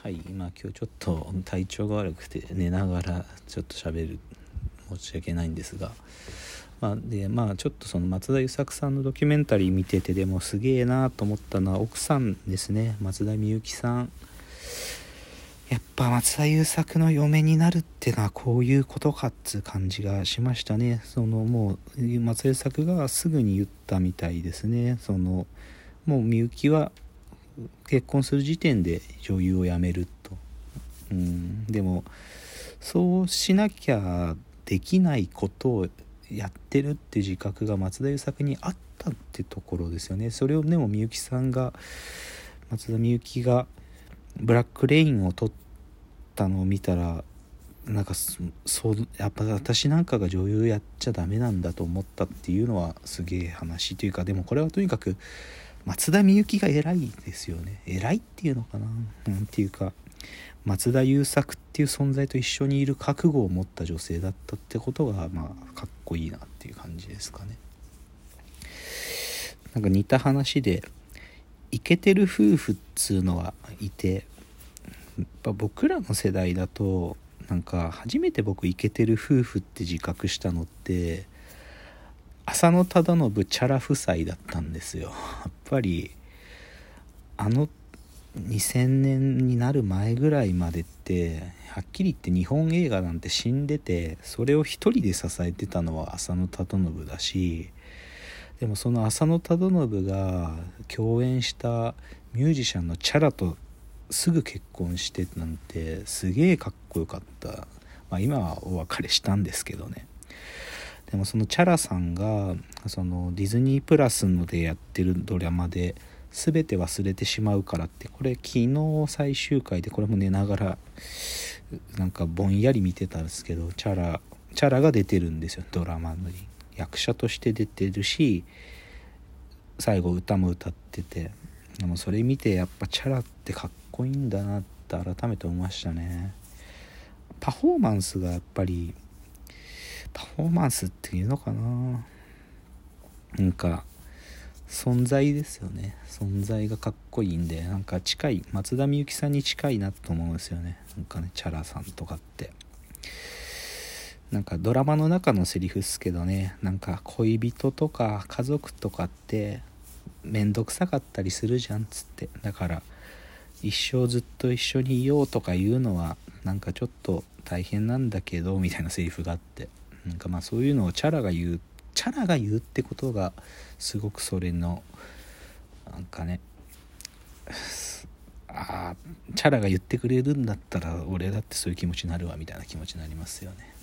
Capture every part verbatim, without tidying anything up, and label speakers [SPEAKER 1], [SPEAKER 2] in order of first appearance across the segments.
[SPEAKER 1] はい、まあ今日ちょっと体調が悪くて寝ながらちょっと喋る、申し訳ないんですが、まあでまあちょっとその松田優作さんのドキュメンタリー見てて、でもすげえなと思ったのは奥さんですね。松田美由さん、やっぱ松田優作の嫁になるってのはこういうことかっつう感じがしましたね。そのもう松田優作がすぐに言ったみたいですね。そのもう美由は結婚する時点で女優を辞めると、うん、でもそうしなきゃできないことをやってるって自覚が松田優作にあったってところですよね。それをでも美由さんが松田美由がブラックレインを撮ったのを見たら、なんかそうやっぱ私なんかが女優やっちゃダメなんだと思ったっていうのはすげえ話というか、でもこれはとにかく松田美由が偉いですよね。偉いっていうのかな、なんていうか松田優作っていう存在と一緒にいる覚悟を持った女性だったってことがまあかっこいいなっていう感じですかね。なんか似た話でイケてる夫婦っつうのはいて、やっぱ僕らの世代だとなんか初めて僕イケてる夫婦って自覚したのって浅野忠信チャラ夫妻だったんですよ。やっぱりあのにせんねんになる前ぐらいまでってはっきり言って日本映画なんて死んでて、それを一人で支えてたのは浅野忠信だし、でもその浅野忠信が共演したミュージシャンのチャラとすぐ結婚してなんてすげえかっこよかった。まあ今はお別れしたんですけどね。でもそのチャラさんがそのディズニープラスのでやってるドラマで全て忘れてしまうからって、これ昨日最終回でこれも寝ながらなんかぼんやり見てたんですけど、チャラチャラが出てるんですよ。ドラマの役者として出てるし、最後歌も歌ってて、でもそれ見てやっぱチャラってかっこいいんだなって改めて思いましたね。パフォーマンスがやっぱりパフォーマンスっていうのかな、なんか存在ですよね。存在がかっこいいんで、なんか近い松田美由さんに近いなと思うんですよね。なんかねチャラさんとかってなんかドラマの中のセリフっすけどね、なんか恋人とか家族とかってめんどくさかったりするじゃんっつって、だから一生ずっと一緒にいようとかいうのはなんかちょっと大変なんだけどみたいなセリフがあって、なんかまあそういうのをチャラが言うチャラが言うってことがすごくそれのなんかね、ああチャラが言ってくれるんだったら俺だってそういう気持ちになるわみたいな気持ちになりますよね。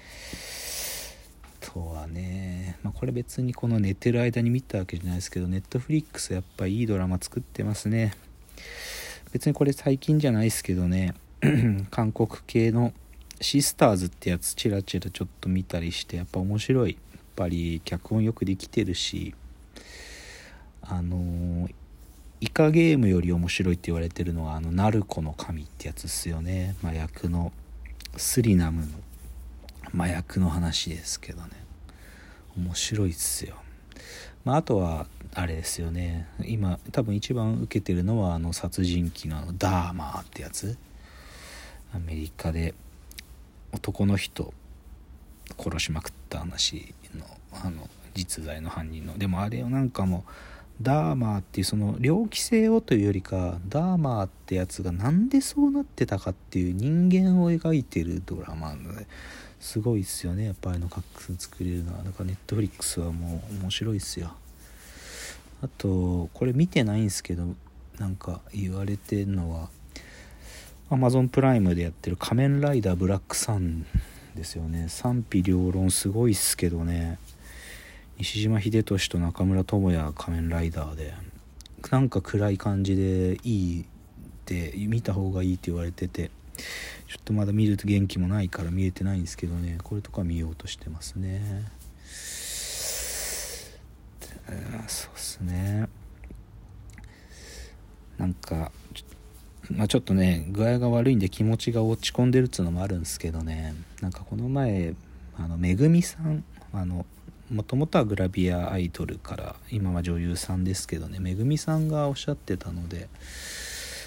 [SPEAKER 1] あとはね、まあ、これ別にこの寝てる間に見たわけじゃないですけど、ネットフリックスやっぱいいドラマ作ってますね。別にこれ最近じゃないですけどね韓国系のシスターズってやつチラチラちょっと見たりして、やっぱ面白い。やっぱり脚本よくできてるし、あのー、イカゲームより面白いって言われてるのはあのナルコの神ってやつっすよね。麻薬のスリナムの麻薬の話ですけどね、面白いっすよ。まあ、あとはあれですよね、今多分一番受けてるのはあの殺人鬼のダーマーってやつ、アメリカで男の人殺しまくった話のあの実在の犯人の、でもあれをなんかもうダーマーっていうその猟奇性をというよりか、ダーマーってやつがなんでそうなってたかっていう人間を描いてるドラマなのですごいっすよね。やっぱりの画数作れるのはだからネットフリックスはもう面白いっすよ。あとこれ見てないんですけどなんか言われてるのはアマゾンプライムでやってる仮面ライダーブラックサンですよね。賛否両論すごいっすけどね、西島秀俊と中村倫也仮面ライダーでなんか暗い感じでいいって見た方がいいって言われてて、ちょっとまだ見ると元気もないから見えてないんですけどね、これとか見ようとしてますね。そうっすね、なんかまあちょっとね具合が悪いんで気持ちが落ち込んでるっつうのもあるんですけどね、なんかこの前あのめぐみさん、あのもともとはグラビアアイドルから今は女優さんですけどね、めぐみさんがおっしゃってたので、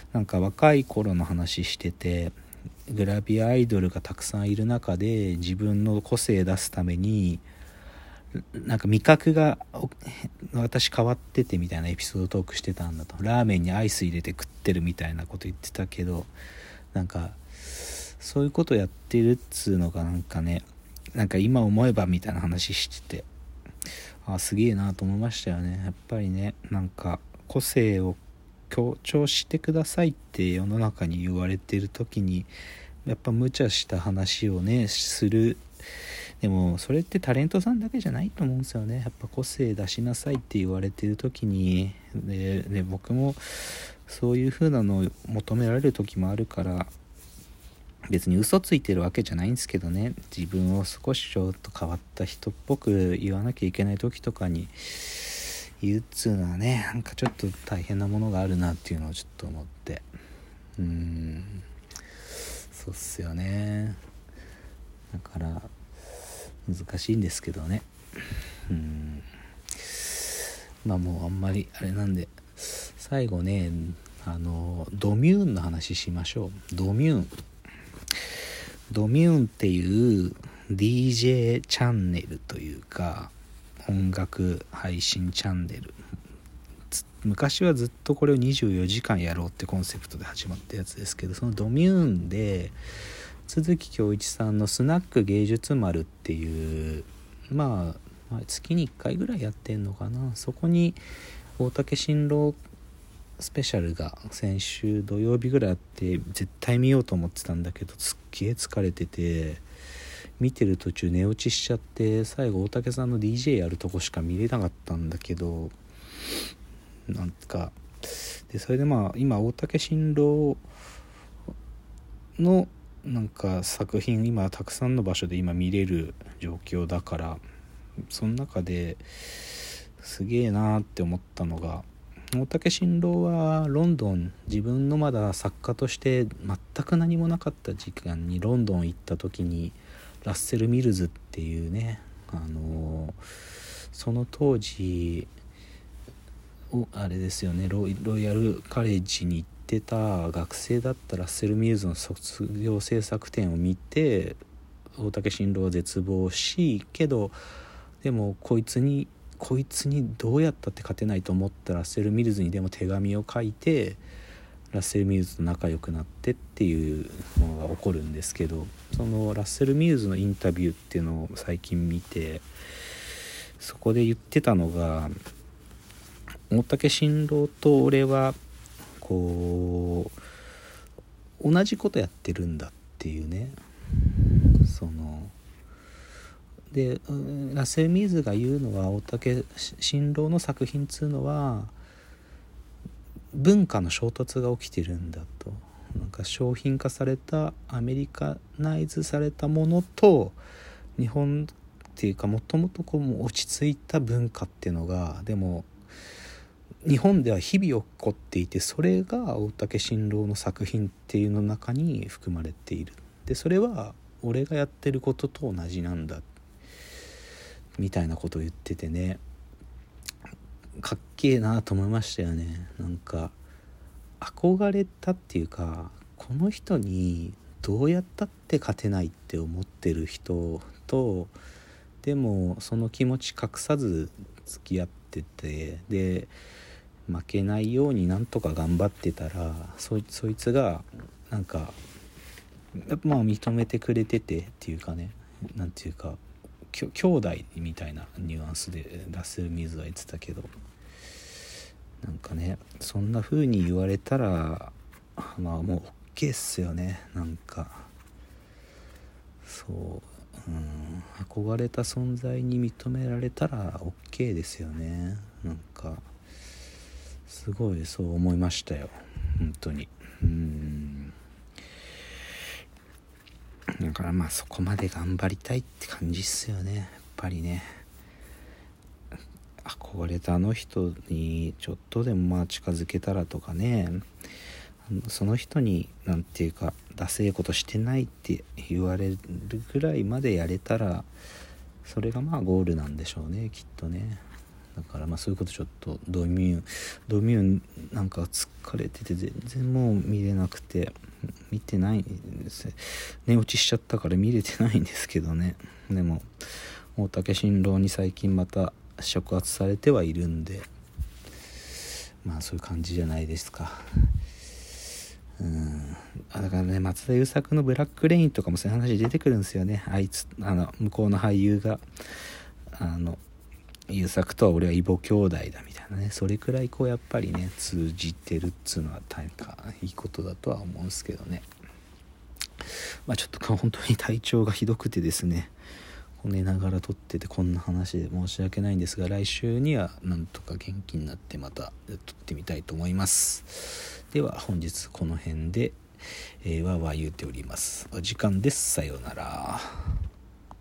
[SPEAKER 1] なんか若い頃の話してて、グラビアアイドルがたくさんいる中で自分の個性出すためになんか味覚が私変わっててみたいなエピソードトークしてたんだと。ラーメンにアイス入れて食ってるみたいなこと言ってたけど、なんかそういうことやってるっつうのがなんかね、なんか今思えばみたいな話してて、あ、すげえなと思いましたよね。やっぱりね、なんか個性を強調してくださいって世の中に言われてる時にやっぱ無茶した話をねする。でもそれってタレントさんだけじゃないと思うんですよね。やっぱ個性出しなさいって言われてる時にでで僕もそういう風なのを求められる時もあるから、別に嘘ついてるわけじゃないんですけどね、自分を少しちょっと変わった人っぽく言わなきゃいけない時とかに言うっつうのはね、なんかちょっと大変なものがあるなっていうのをちょっと思って、うーんそうっすよね。だから難しいんですけどね。うーんまあもうあんまりあれなんで、最後ね、あのドミューンの話しましょう。ドミューンドミューンっていう ディージェー チャンネルというか音楽配信チャンネル、昔はずっとこれをにじゅうよじかんやろうってコンセプトで始まったやつですけど、そのドミューンで都築恭一さんのスナック芸術丸っていう、まあ、まあ月にいっかいぐらいやってんのかな。そこに大竹新郎スペシャルが先週土曜日ぐらいあって、絶対見ようと思ってたんだけどすっげえ疲れてて、見てる途中寝落ちしちゃって、最後大竹さんの ディージェー やるとこしか見れなかったんだけど、なんかでそれでまあ今大竹新郎のなんか作品今たくさんの場所で今見れる状況だから、その中ですげえなーって思ったのが、大竹新郎はロンドン、自分のまだ作家として全く何もなかった時間にロンドン行った時にラッセル・ミルズっていうね、あのー、その当時あれですよね、ロイ、ロイヤルカレッジに行ってた学生だったラッセル・ミルズの卒業制作展を見て大竹新郎は絶望し、けどでもこいつにこいつにどうやったって勝てないと思ったラッセル・ミルズにでも手紙を書いてラッセル・ミルズと仲良くなってっていうのが起こるんですけど、そのラッセル・ミルズのインタビューっていうのを最近見て、そこで言ってたのが、大竹新郎と俺はこう同じことやってるんだっていうね、そのでラッセル・ミルズが言うのは、大竹新郎の作品っつうのは文化の衝突が起きてるんだと。なんか商品化されたアメリカナイズされたものと日本っていうかもともとこう落ち着いた文化っていうのがでも日本では日々起こっていて、それが大竹新郎の作品っていうの中に含まれている。でそれは俺がやってることと同じなんだみたいなことを言っててね、かっけえなと思いましたよね。なんか憧れたっていうか、この人にどうやったって勝てないって思ってる人と、でもその気持ち隠さず付き合ってて、で負けないようになんとか頑張ってたら、そ, そいつがなんかまあ認めてくれててっていうかね、なんていうか兄弟みたいなニュアンスでラッセル・ミルズは言ってたけど、なんかねそんな風に言われたらまあもう OK っすよね。なんかそう、うん、憧れた存在に認められたら OK ですよね。なんかすごいそう思いましたよ本当に。うんだからまあそこまで頑張りたいって感じっすよね。やっぱりね、憧れたあの人にちょっとでもまあ近づけたらとかね、その人になんていうかダセえことしてないって言われるぐらいまでやれたら、それがまあゴールなんでしょうねきっとね。 だからまあそういうことちょっとドミューンドミューンなんか疲れてて全然もう見れなくて見てないんですね。寝落ちしちゃったから見れてないんですけどね。でも大竹新郎に最近また触発されてはいるんで、まあそういう感じじゃないですか。うんあだからね、松田優作のブラックレインとかもそういう話出てくるんですよね。あいつあの向こうの俳優があの優作とは俺は異母兄弟だみたいなね、それくらいこうやっぱりね通じてるっつうのは大かいいことだとは思うんですけどね。まあちょっと本当に体調がひどくてですね、寝ながら撮っててこんな話で申し訳ないんですが、来週にはなんとか元気になってまた撮ってみたいと思います。では本日この辺で、えー、わーわー言うております。お時間です。さようなら。